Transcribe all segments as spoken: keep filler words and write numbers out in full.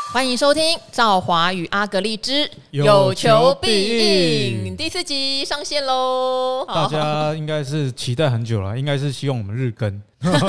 欢迎收听赵华与阿格丽之有求必应第四集上线喽！ 大家应该是期待很久了，应该是希望我们日更，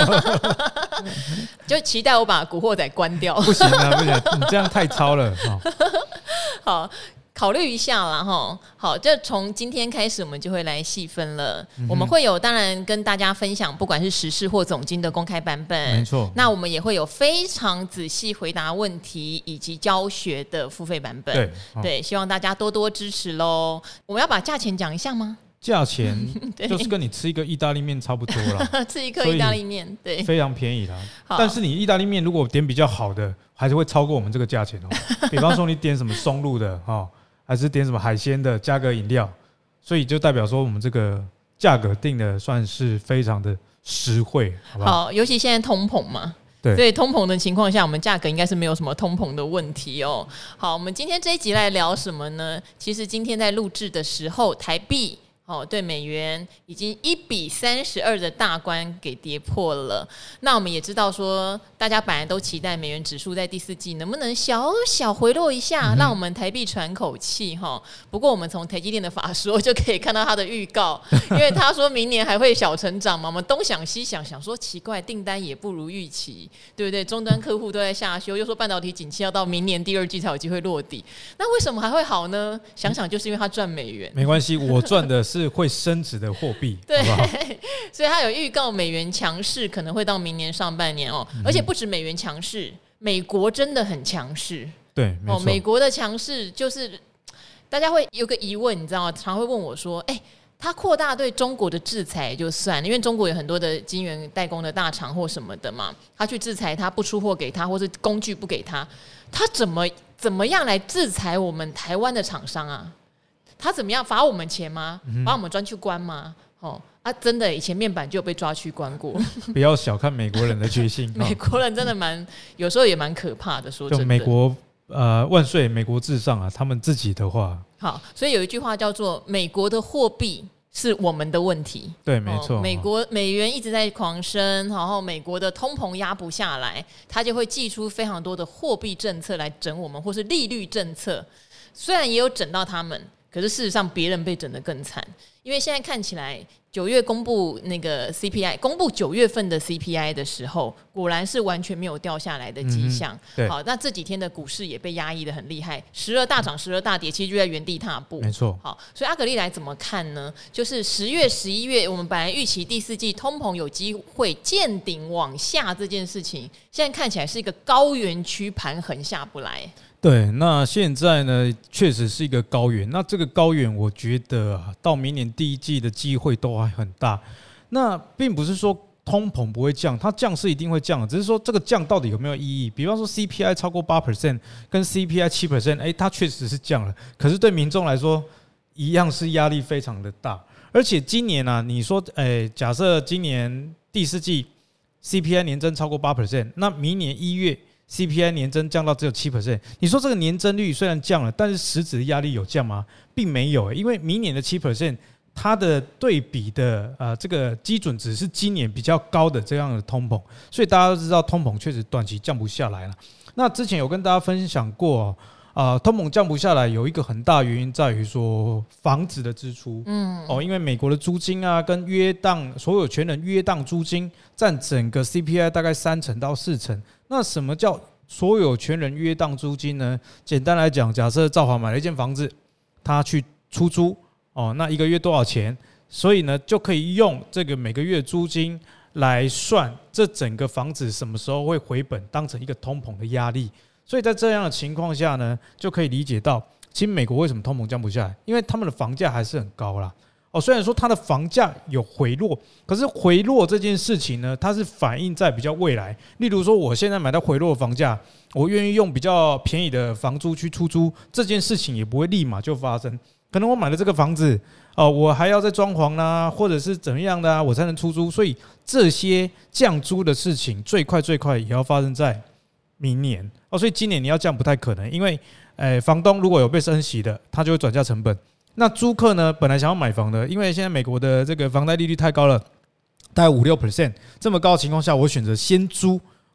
就期待我把古惑仔关掉。 不行啊，不行，你这样太超了。 好。考虑一下啦齁，好，就从今天开始我们就会来细分了、嗯、我们会有当然跟大家分享不管是时事或总经的公开版本， 没错， 那我们也会有非常仔细回答问题以及教学的付费版本， 对,、哦、对，希望大家多多支持咯。我们要把价钱讲一下吗？ 价钱就是跟你吃一个意大利面差不多啦吃一颗意大利面，对， 非常便宜啦。但是你意大利面如果点比较好的还是会超过我们这个价钱哦。比方说你点什么松露的齁，还是点什么海鲜的，加个饮料，所以就代表说我们这个价格定的算是非常的实惠，好不好？ 好，尤其现在通膨嘛， 对， 所以通膨的情况下，我们价格应该是没有什么通膨的问题哦。好，我们今天这一集来聊什么呢？其实今天在录制的时候，台币哦，对美元已经一比三十二的大关给跌破了。那我们也知道说，大家本来都期待美元指数在第四季能不能小小回落一下，嗯、让我们台币喘口气哈。不过我们从台积电的法说就可以看到它的预告，因为他说明年还会小成长嘛。我们东想西想，想说奇怪，订单也不如预期，对不对？终端客户都在下修，又说半导体景气要到明年第二季才有机会落地，那为什么还会好呢？想想就是因为他赚美元。 没关系，我赚的是。是会升值的货币， 对， 好不好？ 所以他有预告美元强势可能会到明年上半年哦，嗯、而且不止美元强势，美国真的很强势。 对，没错， 哦，美国的强势就是大家会有个疑问，你知道吗？常会问我说：“哎、欸，他扩大对中国的制裁就算了，因为中国有很多的晶圆代工的大厂或什么的嘛，他去制裁他，不出货给他，或是工具不给他，他怎么怎么样来制裁我们台湾的厂商啊？”他怎么样罚我们钱吗？把我们抓去关吗？哦啊，真的，以前面板就有被抓去关过。 不要小看美国人的决心， 美国人真的蛮，有时候也蛮可怕的。说真的， 就美国呃万岁，美国至上啊！他们自己的话， 好，所以有一句话叫做“美国的货币是我们的问题”。 对，没错、哦。 美国美元一直在狂升，然后美国的通膨压不下来，他就会祭出非常多的货币政策来整我们，或是利率政策。虽然也有整到他们。可是事实上，别人被整得更惨，因为现在看起来，九月公布那个 C P I， 公布九月份的 C P I 的时候，果然是完全没有掉下来的迹象。 嗯、 好，那这几天的股市也被压抑得很厉害，时而大涨，时而大跌，其实就在原地踏步。 没错。 好，所以阿格丽来怎么看呢？就是十月、十一月，我们本来预期第四季通膨有机会见顶往下这件事情，现在看起来是一个高原区盘横下不来。 对，那现在呢，确实是一个高原。那这个高原，我觉得、啊、到明年第一季的机会都还很大。那并不是说通膨不会降，它降是一定会降的，只是说这个降到底有没有意义？比方说 C P I 超过 百分之八 跟 C P I 百分之七， 哎，它确实是降了，可是对民众来说，一样是压力非常的大。而且今年啊，你说，哎，假设今年第四季 C P I 年增超过 百分之八， 那明年一月C P I 年增降到只有 百分之七， 你说这个年增率虽然降了，但是实质的压力有降吗？并没有、欸，因为明年的 百分之七， 它的对比的呃这个基准值是今年比较高的这样的通膨，所以大家都知道通膨确实短期降不下来了。那之前有跟大家分享过、哦呃、通膨降不下来有一个很大原因在于说房子的支出，嗯，哦，因为美国的租金啊跟约当所有权人约当租金占整个 C P I 大概三成到四成。那什么叫所有权人约当租金呢？简单来讲，假设兆华买了一间房子，他去出租，哦，那一个月多少钱？所以呢，就可以用这个每个月租金来算这整个房子什么时候会回本，当成一个通膨的压力。所以在这样的情况下呢，就可以理解到，其实美国为什么通膨降不下来，因为他们的房价还是很高啦。哦，虽然说它的房价有回落，可是回落这件事情呢，它是反映在比较未来。例如说，我现在买到回落的房价，我愿意用比较便宜的房租去出租，这件事情也不会立马就发生。可能我买了这个房子，哦，我还要再装潢啦，或者是怎么样的啊，我才能出租。所以这些降租的事情，最快最快也要发生在明年。哦，所以今年你要降不太可能，因为，呃，房东如果有被升息的，他就会转嫁成本。那租客呢？本来想要买房的，因为现在美国的这个房贷利率太高了，大概五六 percent 这么高的情况下，我选择先租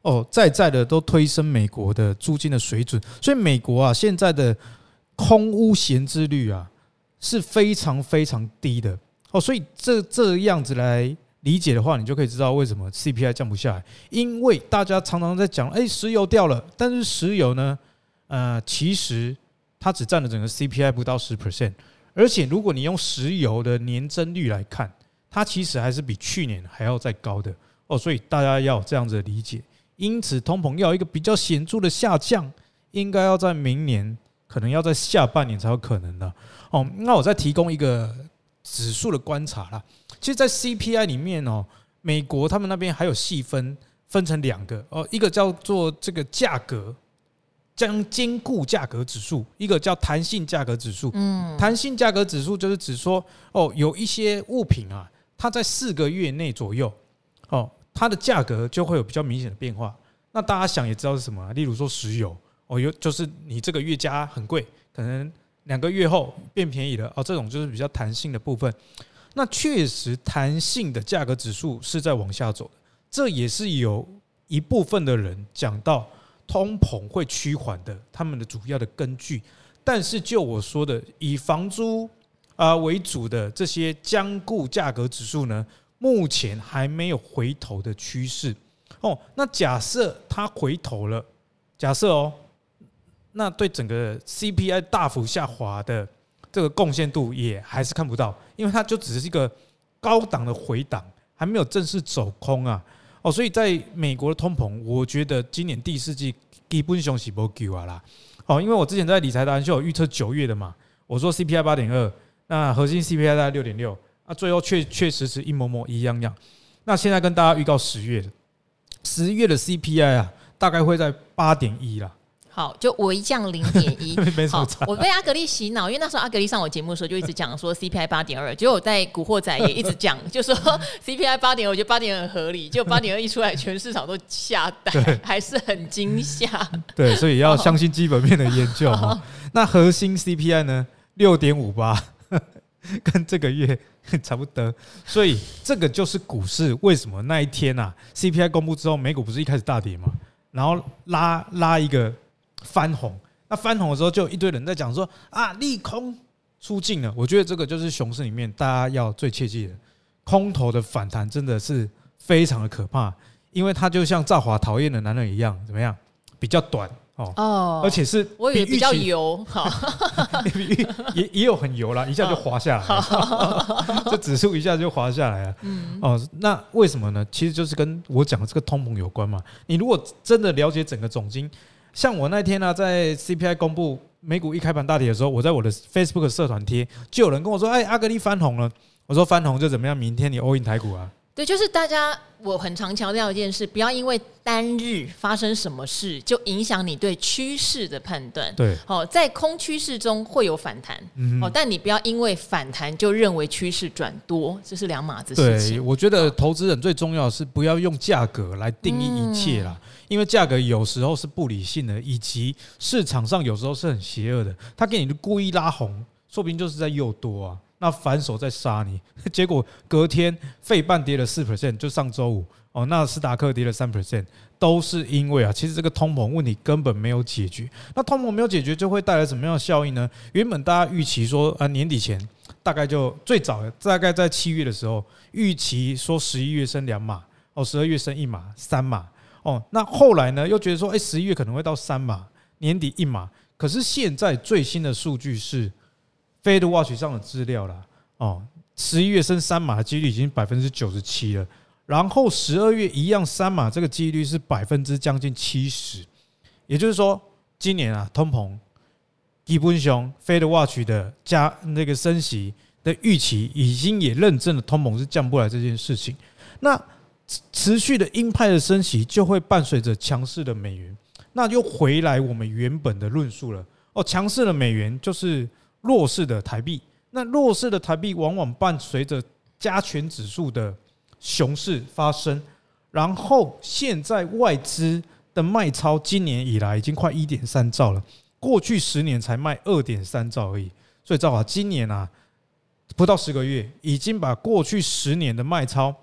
哦，在在的都推升美国的租金的水准，所以美国啊现在的空屋闲置率啊是非常非常低的哦，所以这这样子来理解的话，你就可以知道为什么 C P I 降不下来，因为大家常常在讲，哎、欸，石油掉了，但是石油呢，呃，其实它只占了整个 C P I 不到 百分之十， 而且如果你用石油的年增率来看，它其实还是比去年还要再高的哦，所以大家要有这样子的理解。因此，通膨要有一个比较显著的下降，应该要在明年，可能要在下半年才有可能的哦。那我再提供一个指数的观察啦。其实，在 C P I 里面哦，美国他们那边还有细分，分成两个哦，一个叫做这个价格。将兼顾价格指数，一个叫弹性价格指数。嗯，弹性价格指数就是指说，哦，有一些物品啊，它在四个月内左右，哦，它的价格就会有比较明显的变化。那大家想也知道是什么、啊，例如说石油，哦，有就是你这个月加很贵，可能两个月后变便宜了，哦，这种就是比较弹性的部分。那确实，弹性的价格指数是在往下走的，这也是有一部分的人讲到。通膨会趋缓的，他们的主要的根据，但是就我说的，以房租啊为主的这些僵固价格指数呢，目前还没有回头的趋势哦。那假设它回头了，假设哦，那对整个 C P I 大幅下滑的这个贡献度也还是看不到，因为它就只是一个高档的回档，还没有正式走空啊。哦，所以在美国的通膨，我觉得今年第四季基本上是没救啊啦。哦，因为我之前在理财达人秀有预测九月的嘛，我说 C P I 八点二，那核心 C P I 大概六点六，啊，最后确确实实一模模一样样。那现在跟大家预告十月的，十月的 C P I 啊，大概会在八点一啦。 好，就微降零点一。 好， 我被阿格力洗脑，因为那时候阿格力上我节目的时候就一直讲说 C P I 八点二，结果我在古惑仔也一直讲，就说 C P I 八点二，我觉得八点二很合理，结果八点二一出来，全市场都吓呆，还是很惊吓。对， 所以要相信基本面的研究。那核心 C P I 呢，六点五八，跟这个月差不多，所以这个就是股市为什么那一天啊 ，C P I 公布之后，美股不是一开始大跌嘛，然后拉拉一个。翻红，那翻红的时候就有一堆人在讲说啊，利空出尽了。我觉得这个就是熊市里面大家要最切记的，空头的反弹真的是非常的可怕，因为它就像赵华讨厌的男人一样，怎么样？比较短哦，哦而且是我以为比较油， 也也有很油啦，一下就滑下来了，这指数一下就滑下来了。嗯，哦，那为什么呢？其实就是跟我讲的这个通膨有关嘛。你如果真的了解整个总经。像我那天呢、啊，在 C P I 公布美股一开盘大跌的时候，我在我的 Facebook 社团贴，就有人跟我说：“哎，阿格力翻红了。”我说：“翻红就怎么样？明天你 all in 台股啊？” 对，就是大家我很常强调一件事，不要因为单日发生什么事就影响你对趋势的判断。 对， 好，在空趋势中会有反弹，嗯，但你不要因为反弹就认为趋势转多，这是两码子事情。 对，我觉得投资人最重要的是不要用价格来定义一切啦。嗯，因为价格有时候是不理性的，以及市场上有时候是很邪恶的，他给你故意拉红，说不定就是在诱多啊，那反手在杀你，结果隔天费半跌了 百分之四， 就上周五哦，纳斯达克跌了 百分之三， 都是因为啊，其实这个通膨问题根本没有解决。那通膨没有解决，就会带来什么样的效应呢？原本大家预期说啊，年底前大概就最早大概在七月的时候，预期说十一月升两码，哦，十二月升一码、三码，哦，那后来呢又觉得说，哎，十一月可能会到三码，年底一码。可是现在最新的数据是 Fed Watch 上的资料啦，哦，十一月升三码的几率已经百分之九十七了。然后十二月一样三码，这个几率是百分之将近七十，也就是说，今年啊，通膨基本上 Fed Watch 的加那个升息的预期，已经也认证了通膨是降不来这件事情。那持续的鹰派的升息，就会伴随着强势的美元，那又回来我们原本的论述了。哦，强势的美元就是弱势的台币，那弱势的台币往往伴随着加权指数的熊市发生，然后现在外资的卖超今年以来已经快 一点三兆了，过去十年才卖 二点三兆而已，所以兆华今年啊不到十个月已经把过去十年的卖超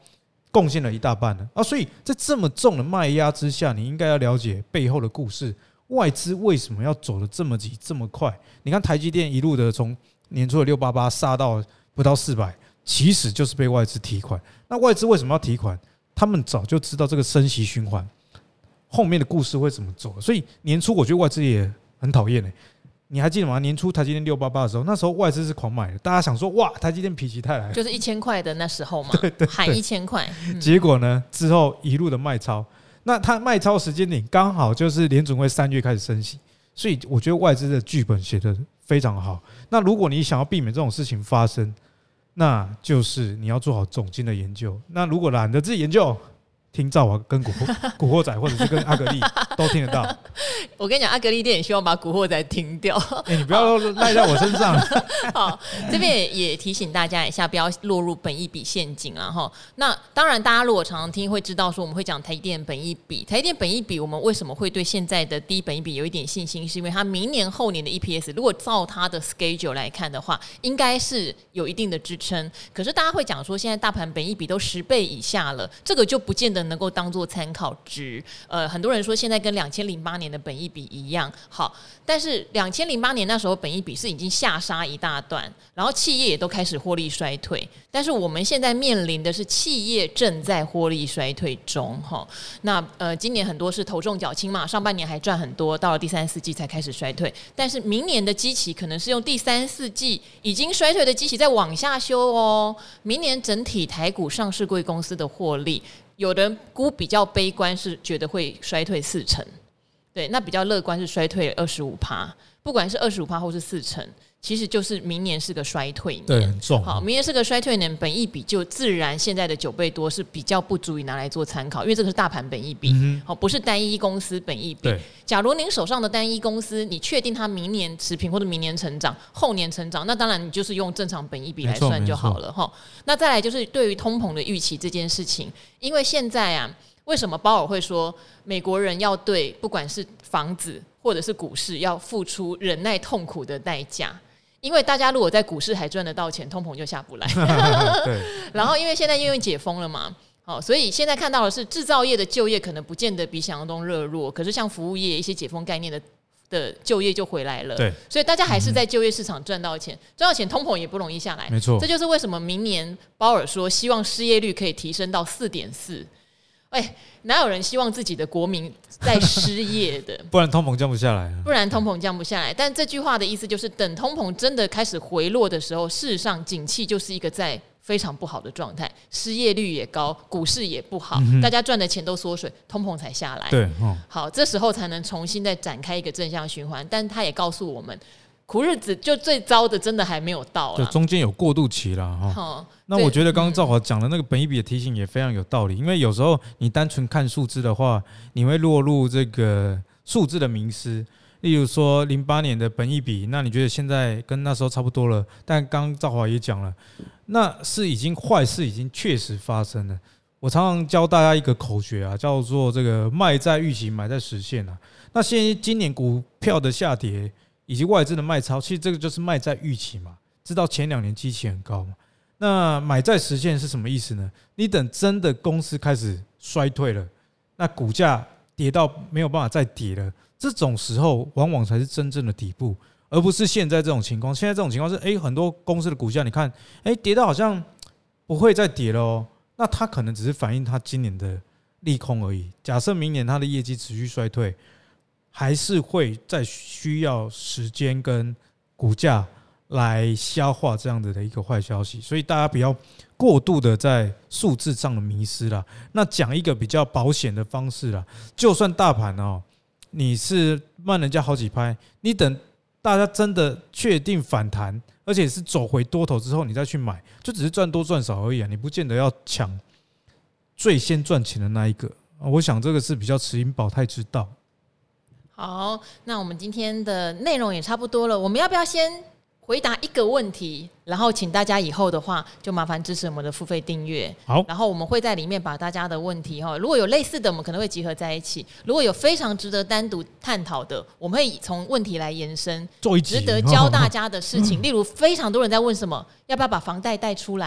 贡献了一大半了啊。所以在这么重的卖压之下，你应该要了解背后的故事，外资为什么要走得这么急这么快？你看台积电一路的从年初的六八八杀到不到四百，其实就是被外资提款。那外资为什么要提款？他们早就知道这个升息循环后面的故事会怎么走，所以年初我觉得外资也很讨厌、欸、你还记得吗？年初台积电六八八的时候，那时候外资是狂买的，大家想说哇，台积电否极泰来， 就是一千块的那时候嘛， 对对对， 喊一千块、嗯。 结果呢，之后一路的卖超，那它卖超时间点刚好就是联准会三月开始升息，所以我觉得外资的剧本写得非常好。那如果你想要避免这种事情发生，那就是你要做好总经的研究。那如果懒得自己研究，听兆华跟古古惑仔，或者是跟阿格力都听得到。 我跟你讲，阿格力店也希望把古惑仔停掉。 欸、你不要赖在我身上。 好，这边 也, 也提醒大家一下，不要落入本益比陷阱啊！哈，那当然，大家如果常常听，会知道说我们会讲台积电本益比。台积电本益比，我们为什么会对现在的低本益比有一点信心？是因为它明年后年的 E P S， 如果照它的 schedule 来看的话，应该是有一定的支撑。可是大家会讲说，现在大盘本益比都十倍以下了，这个就不见得能够当做参考值。呃，很多人说现在跟两千零八年的本益比一样好，但是两千零八年那时候本益比是已经下杀一大段，然后企业也都开始获利衰退，但是我们现在面临的是企业正在获利衰退中哈。那呃，今年很多是头重脚轻嘛，上半年还赚很多，到了第三四季才开始衰退，但是明年的基期可能是用第三四季已经衰退的基期再往下修哦。明年整体台股上市柜公司的获利，有人估比较悲观是觉得会衰退四成，对，那比较乐观是衰退二十五趴。不管是二十五趴或是四成，其实就是明年是个衰退年， 对，很重。 好，明年是个衰退年，本益比就自然现在的九倍多是比较不足以拿来做参考，因为这个是大盘本益比，嗯、好，不是单一公司本益比。对，假如您手上的单一公司，你确定它明年持平或者明年成长，后年成长，那当然你就是用正常本益比来算就好了哈。那再来就是对于通膨的预期这件事情，因为现在啊，为什么鲍尔会说美国人要对不管是房子或者是股市要付出忍耐痛苦的代价？因为大家如果在股市还赚得到钱，通膨就下不来。对。然后因为现在因为解封了嘛，好，所以现在看到的是制造业的就业可能不见得比想象中热络，可是像服务业一些解封概念的的就业就回来了。对。所以大家还是在就业市场赚到钱，赚到钱通膨也不容易下来。没错。这就是为什么明年鲍尔说希望失业率可以提升到 四点四。哎，哪有人希望自己的国民在失业的？ 不然通膨降不下来、啊、 不然通膨降不下来。但这句话的意思就是，等通膨真的开始回落的时候，事实上景气就是一个在非常不好的状态，失业率也高，股市也不好，嗯、大家赚的钱都缩水，通膨才下来。对、哦，好，这时候才能重新再展开一个正向循环。但他也告诉我们，苦日子就最糟的真的还没有到啦， 就中间有过渡期啦齁。那我觉得刚刚兆华讲的那个本益比的提醒也非常有道理，因为有时候你单纯看数字的话，你会落入这个数字的迷思。例如说零八年的本益比，那你觉得现在跟那时候差不多了，但刚刚兆华也讲了，那是已经坏事已经确实发生了。我常常教大家一个口诀啊，叫做这个卖在预期，买在实现啊。那现在今年股票的下跌以及外资的卖超，其实这个就是卖在预期嘛，知道前两年基期很高嘛。那买在实现是什么意思呢？你等真的公司开始衰退了，那股价跌到没有办法再跌了，这种时候往往才是真正的底部，而不是现在这种情况。现在这种情况是，哎，很多公司的股价你看，哎，跌到好像不会再跌了哦，那它可能只是反映它今年的利空而已。假设明年它的业绩持续衰退，还是会再需要时间跟股价来消化这样子的一个坏消息，所以大家不要过度的在数字上的迷失啦。那讲一个比较保险的方式啦，就算大盘哦，你是慢人家好几拍，你等大家真的确定反弹，而且是走回多头之后，你再去买，就只是赚多赚少而已啊，你不见得要抢最先赚钱的那一个。我想这个是比较持盈保泰之道。 好，那我们今天的内容也差不多了，我们要不要先回答一个问题，然后请大家以后的话就麻烦支持我们的付费订阅。好，然后我们会在里面把大家的问题，如果有类似的我们可能会集合在一起，如果有非常值得单独探讨的，我们会从问题来延伸做一集值得教大家的事情。例如非常多人在问什么要不要把房贷贷出来，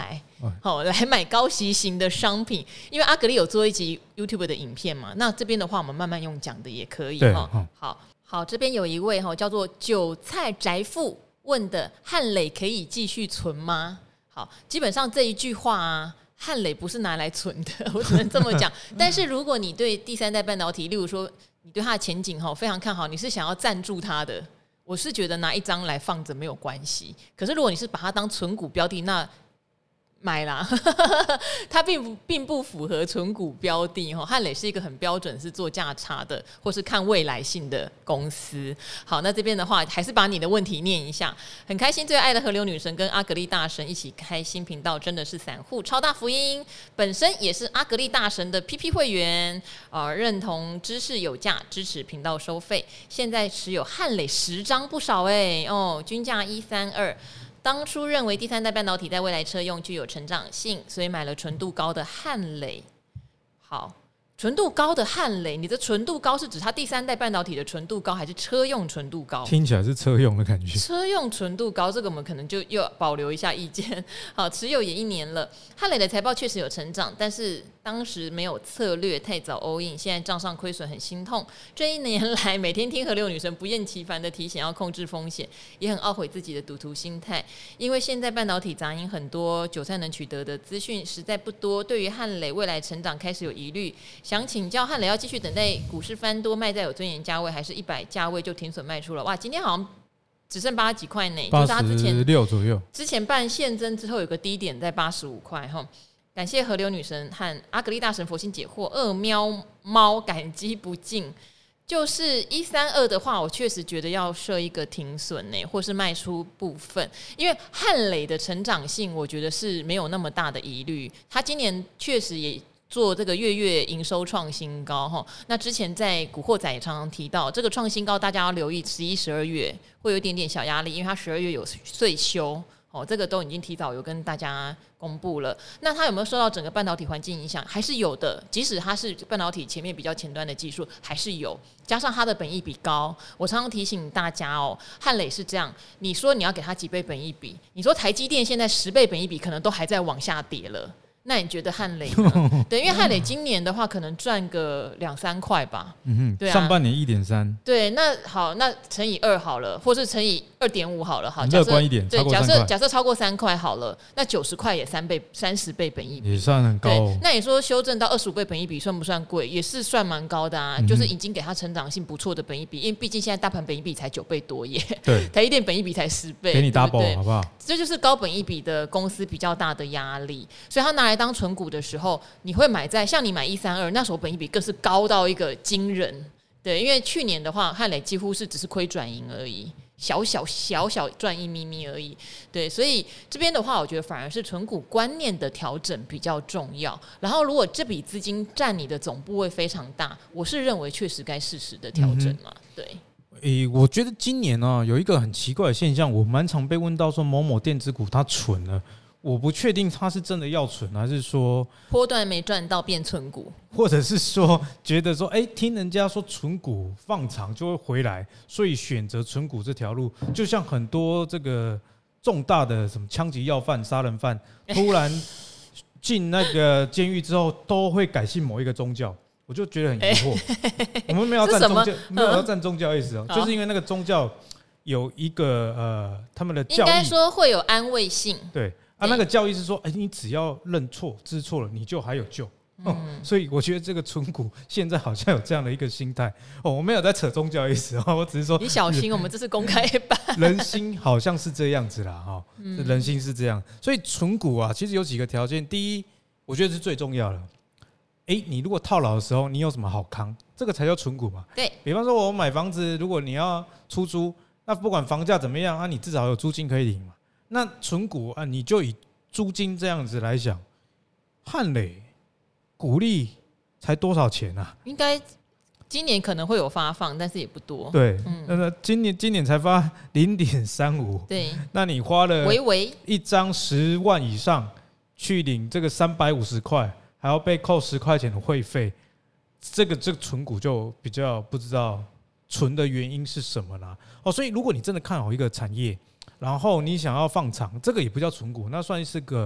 好、哦、来买高息型的商品。因为阿格力有做一集 YouTube 的影片嘛，那这边的话我们慢慢用讲的也可以哈、哦。好好，这边有一位哈、哦、叫做韭菜宅妇问的，汉磊可以继续存吗？好，基本上这一句话啊，汉磊不是拿来存的，我只能这么讲。但是如果你对第三代半导体，例如说你对它的前景非常看好，你是想要赞助它的，我是觉得拿一张来放着没有关系。可是如果你是把它当存股标的，那买啦，它并不并不符合存股标的。汉磊是一个很标准是做价差的，或是看未来性的公司。好，那这边的话还是把你的问题念一下。很开心最爱的河流女神跟阿格力大神一起开新频道，真的是散户超大福音。本身也是阿格力大神的 P P 会员，呃，认同知识有价，支持频道收费。现在持有汉磊十张不少哎、欸、哦，均价一三二。当初认为第三代半导体在未来车用具有成长性，所以买了纯度高的汉磊。好，纯度高的汉磊，你的纯度高是指它第三代半导体的纯度高，还是车用纯度高？ 听起来是车用的感觉。 车用纯度高，这个我们可能就又保留一下意见。好，持有也一年了，汉磊的财报确实有成长，但是当时没有策略，太早 all in， 现在账上亏损很心痛。这一年来，每天听河流女神不厌其烦的提醒要控制风险，也很懊悔自己的赌徒心态。因为现在半导体杂音很多，韭菜能取得的资讯实在不多，对于汉磊未来成长开始有疑虑。想请教汉磊要继续等待股市翻多卖在有尊严价位，还是一百价位就停损卖出了？哇，今天好像只剩八十几块呢， 八十六左右。之前办现增之后有个低点在八十五块哈。感谢河流女神和阿格力大神佛心解惑，二喵猫感激不尽。就是一三二的话，我确实觉得要设一个停损呢，或是卖出部分，因为汉磊的成长性，我觉得是没有那么大的疑虑。他今年确实也做这个月月营收创新高哈。那之前在古惑仔也常常提到，这个创新高大家要留意，十一、十二月会有一点点小压力，因为它十二月有岁休。哦，这个都已经提早有跟大家公布了。那它有没有受到整个半导体环境影响？还是有的。即使它是半导体前面比较前端的技术，还是有。加上它的本益比高，我常常提醒大家哦，汉磊是这样。你说你要给它几倍本益比？你说台积电现在十倍本益比，可能都还在往下跌了。那你觉得汉磊呢？对，因为汉磊今年的话，可能赚个两三块吧。嗯哼，对啊， 上半年一点三。 对，那好，那乘以二好了，或是乘以二点五好了。好， 乐观一点， 对，假设假设超过三块好了，那九十块也三倍、三十倍本益比， 也算很高、哦。 那你说修正到二十五倍本益比算不算贵？也是算蛮高的啊，嗯、就是已经给它成长性不错的本益比，因为毕竟现在大盘本益比才九倍多耶。 对， 台积电本益比才十倍， 给你 double 对对好不好？ 这就是高本益比的公司比较大的压力，所以它拿来当纯股的时候，你会买在像你买一三二那时候本益比更是高到一个惊人。对，因为去年的话，汉磊几乎是只是亏转盈而已，小小小小赚一咪咪而已。对，所以这边的话，我觉得反而是纯股观念的调整比较重要。然后，如果这笔资金占你的总部位非常大，我是认为确实该适时的调整嘛。嗯、对。 诶、欸，我觉得今年呢、啊、有一个很奇怪的现象，我蛮常被问到说某某电子股它蠢了，我不确定它是真的要蠢，还是说波段没赚到变存股， 或者是说觉得说，哎、欸，听人家说存股放长就会回来，所以选择存股这条路，就像很多这个重大的什么枪击要犯、杀人犯，突然进那个监狱之后，都会改信某一个宗教。我就觉得很疑惑，欸、我们没有要站宗教，没有要站宗教意思哦、喔，就是因为那个宗教有一个呃，他们的教义，应该说会有安慰性。 对啊，那个教义是说，哎、欸，你只要认错、知错了，你就还有救。嗯哦、所以我觉得这个存股现在好像有这样的一个心态哦，我没有在扯宗教意思哦，我只是说你小心，我们这是公开版， 人心好像是这样子啦哈、哦，人心是这样，所以存股啊，其实有几个条件，第一，我觉得是最重要的。哎、欸，你如果套牢的时候，你有什么好扛？这个才叫存股嘛。 对， 比方说，我买房子，如果你要出租，那不管房价怎么样啊，你至少有租金可以领嘛。那存股啊，你就以租金这样子来讲，汉磊股利才多少钱啊？ 应该今年可能会有发放，但是也不多。 对，嗯，那今年今年才发零点三五。 对， 那你花了微微一张十万以上去领这个三百五十块。还要被扣十块钱的会费，这个这个存股就比较不知道存的原因是什么啦。哦，所以如果你真的看好一个产业，然后你想要放长，这个也不叫存股，那算是个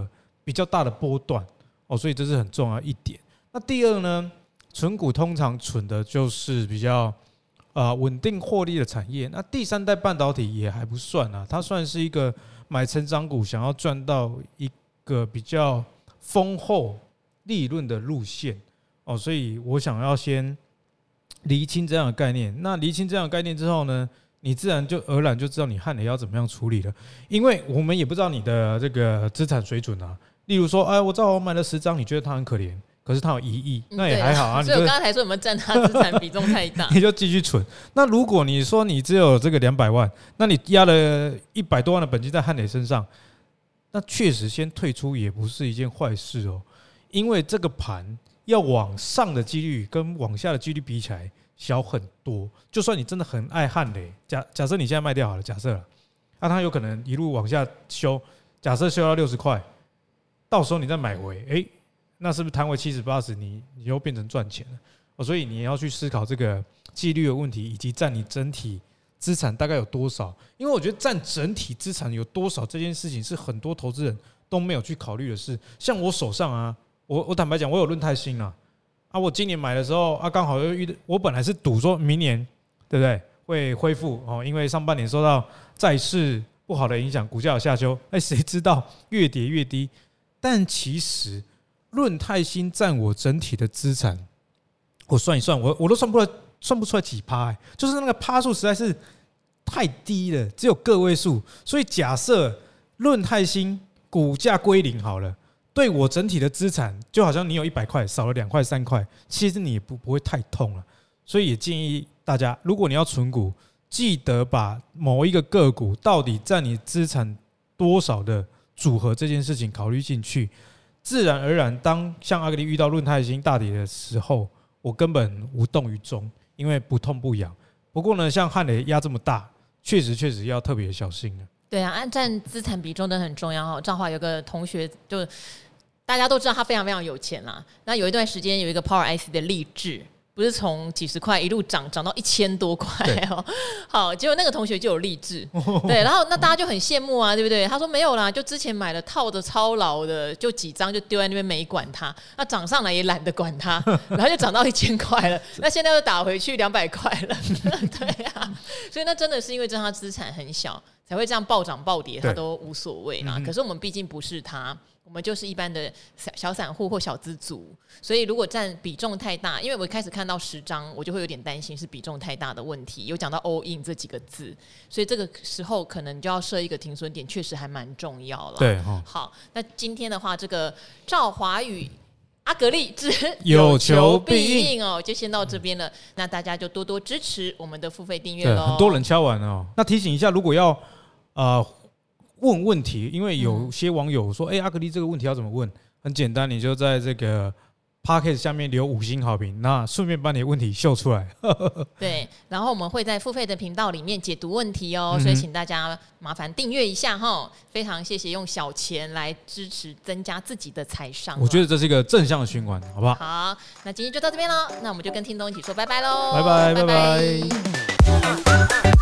比较大的波段哦，所以这是很重要一点。那第二呢，存股通常存的就是比较呃稳定获利的产业。那第三代半导体也还不算啊，它算是一个买成长股，想要赚到一个比较丰厚利润的路线哦，所以我想要先厘清这样的概念。那厘清这样的概念之后呢，你自然就而然就知道你汉磊要怎么样处理了，因为我们也不知道你的这个资产水准啊。例如说，哎，我知道我买了十张，你觉得他很可怜，可是他有一亿，那也还好啊。 所以我刚才才说有没有占他资产比重太大， 你就继续存。那如果你说你只有这个两百万，那你压了一百多万的本金在汉磊身上，那确实先退出也不是一件坏事哦，因为这个盘要往上的几率跟往下的几率比起来小很多。就算你真的很爱汉磊，假假设你现在卖掉好了，假设了，那它有可能一路往下修，假设修到六十块。到时候你再买回，哎、欸，那是不是摊回七十八十，你你又变成赚钱了？哦，所以你要去思考这个纪律的问题，以及占你整体资产大概有多少。因为我觉得占整体资产有多少这件事情，是很多投资人都没有去考虑的事。像我手上啊，我我坦白讲，我有润泰新啊，啊，我今年买的时候啊，刚好又遇到，我本来是赌说明年对不对会恢复哦，因为上半年受到债市不好的影响，股价有下修，哎，谁知道越跌越低。但其实润泰新占我整体的资产，我算一算，我我都算不出来，算不出来几趴、欸，就是那个趴数实在是太低了，只有个位数。所以假设润泰新股价归零好了，对我整体的资产，就好像你有一百块少了两块三块，其实你也不不会太痛了。所以也建议大家，如果你要存股，记得把某一个个股到底占你资产多少的组合这件事情考虑进去，自然而然，当像阿格力遇到润泰新大跌的时候，我根本无动于衷，因为不痛不痒。不过呢，像汉磊压这么大，确实确实要特别小心了。 对啊，按占资产比重真的很重要哈。彰化有个同学就大家都知道他非常非常有钱啦，那有一段时间有一个 Power I C 的励志。不是从几十块一路涨涨到一千多块哦，好，结果那个同学就有励志，对，然后那大家就很羡慕啊，对不对？他说没有啦，就之前买了套的超牢的，就几张就丢在那边没管它，那涨上来也懒得管它，然后就涨到一千块了，那现在又打回去两百块了，对啊，所以那真的是因为这他资产很小，才会这样暴涨暴跌，他都无所谓啦。可是我们毕竟不是他。我们就是一般的小散户或小资族，所以如果占比重太大，因为我一开始看到十张，我就会有点担心是比重太大的问题。有讲到 all in 这几个字，所以这个时候可能就要设一个停损点，确实还蛮重要了。 对， 哦、好，那今天的话，这个赵华宇。阿格力之有求必应哦，就先到这边了。那大家就多多支持我们的付费订阅喽。 很多人敲完哦，那提醒一下，如果要呃。问问题，因为有些网友说：“哎、欸，阿格力这个问题要怎么问？”很简单，你就在这个 Podcast 下面留五星好评，那顺便把你的问题秀出来。 对，然后我们会在付费的频道里面解读问题哦，所以请大家麻烦订阅一下哈。非常谢谢用小钱来支持增加自己的财商， 我觉得这是一个正向的循环，好不好？ 好，那今天就到这边了，那我们就跟听众一起说拜拜喽， 拜拜拜拜。